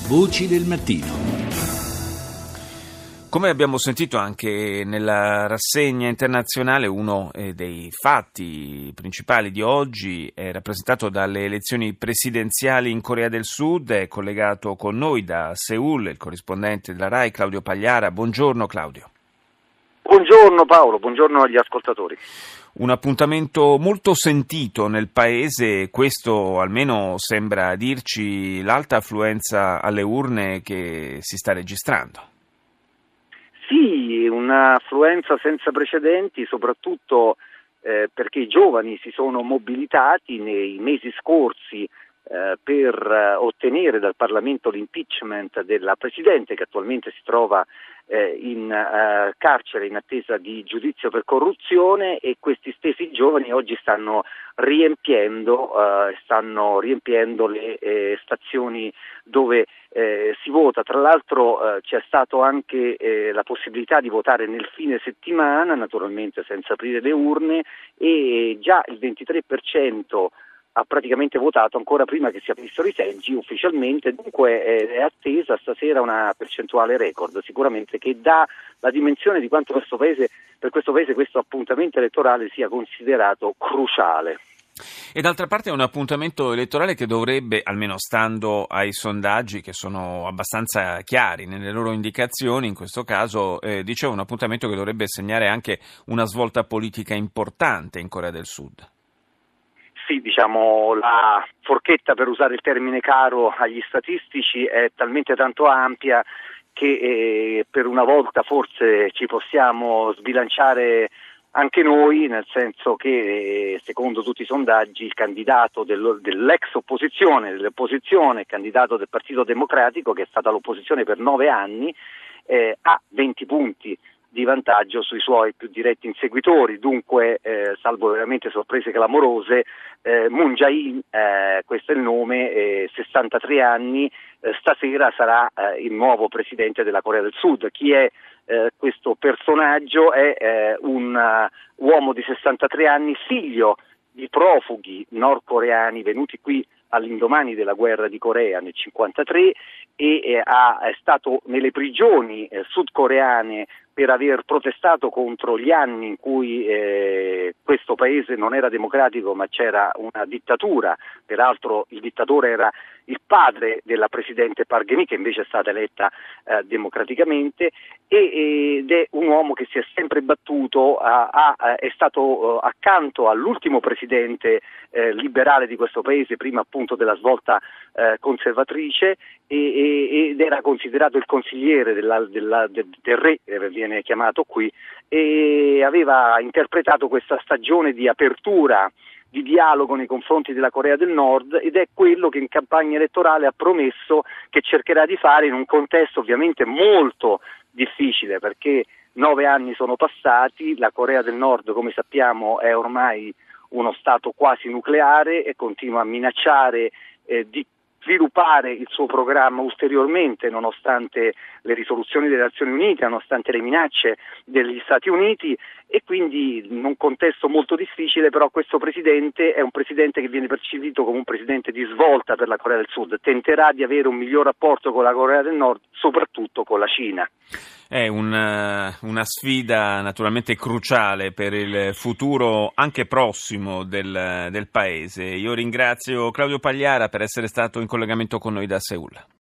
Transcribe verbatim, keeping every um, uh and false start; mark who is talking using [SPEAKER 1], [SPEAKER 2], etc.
[SPEAKER 1] Voci del mattino.
[SPEAKER 2] Come abbiamo sentito anche nella rassegna internazionale, uno dei fatti principali di oggi è rappresentato dalle elezioni presidenziali in Corea del Sud. È collegato con noi da Seul il corrispondente della RAI, Claudio Pagliara. Buongiorno Claudio.
[SPEAKER 3] Buongiorno Paolo, buongiorno agli ascoltatori.
[SPEAKER 2] Un appuntamento molto sentito nel paese, questo almeno sembra dirci l'alta affluenza alle urne che si sta registrando.
[SPEAKER 3] Sì, un'affluenza senza precedenti, soprattutto eh, perché i giovani si sono mobilitati nei mesi scorsi eh, per eh, ottenere dal Parlamento l'impeachment della Presidente, che attualmente si trova eh, in eh, carcere in attesa di giudizio per corruzione, e questi stessi giovani oggi stanno riempiendo, eh, stanno riempiendo le eh, stazioni dove eh, si vota. Tra l'altro eh, c'è stato anche eh, la possibilità di votare nel fine settimana, naturalmente senza aprire le urne, e già il ventitré per cento ha praticamente votato ancora prima che si aprissero i seggi ufficialmente. Dunque eh, è attesa stasera una percentuale record, sicuramente, che dà la dimensione di quanto questo paese, per questo paese questo appuntamento elettorale sia considerato cruciale.
[SPEAKER 2] E d'altra parte è un appuntamento elettorale che dovrebbe, almeno stando ai sondaggi che sono abbastanza chiari nelle loro indicazioni, in questo caso eh, dicevo un appuntamento che dovrebbe segnare anche una svolta politica importante in Corea del Sud.
[SPEAKER 3] Sì, diciamo, la forchetta, per usare il termine caro agli statistici, è talmente tanto ampia che eh, per una volta forse ci possiamo sbilanciare anche noi, nel senso che eh, secondo tutti i sondaggi il candidato del, dell'ex opposizione, dell'opposizione, candidato del Partito Democratico, che è stata l'opposizione per nove anni, eh, ha venti punti di vantaggio sui suoi più diretti inseguitori. Dunque, eh, salvo veramente sorprese clamorose, eh, Moon Jae-in, eh, questo è il nome, eh, sessantatré anni, eh, stasera sarà eh, il nuovo presidente della Corea del Sud. Chi è eh, questo personaggio? È eh, un uh, uomo di sessantatré anni, figlio di profughi nordcoreani venuti qui all'indomani della guerra di Corea nel cinquantatré, e eh, ha, è stato nelle prigioni eh, sudcoreane per aver protestato contro gli anni in cui eh, questo paese non era democratico ma c'era una dittatura. Peraltro il dittatore era il padre della presidente Park Geun-hye, che invece è stata eletta eh, democraticamente, e, ed è un uomo che si è sempre battuto, a, a, è stato uh, accanto all'ultimo presidente eh, liberale di questo paese, prima appunto della svolta eh, conservatrice, e, e, ed era considerato il consigliere della, della, del, del re, eh, viene chiamato qui, e aveva interpretato questa stagione di apertura, di dialogo nei confronti della Corea del Nord, ed è quello che in campagna elettorale ha promesso che cercherà di fare in un contesto ovviamente molto difficile, perché nove anni sono passati, la Corea del Nord, come sappiamo, è ormai uno stato quasi nucleare e continua a minacciare eh, di sviluppare il suo programma ulteriormente, nonostante le risoluzioni delle Nazioni Unite, nonostante le minacce degli Stati Uniti, e quindi in un contesto molto difficile. Però questo presidente è un presidente che viene percepito come un presidente di svolta per la Corea del Sud, tenterà di avere un miglior rapporto con la Corea del Nord, soprattutto con la Cina.
[SPEAKER 2] È una, una sfida naturalmente cruciale per il futuro anche prossimo del, del paese. Io ringrazio Claudio Pagliara per essere stato in collegamento con noi da Seul.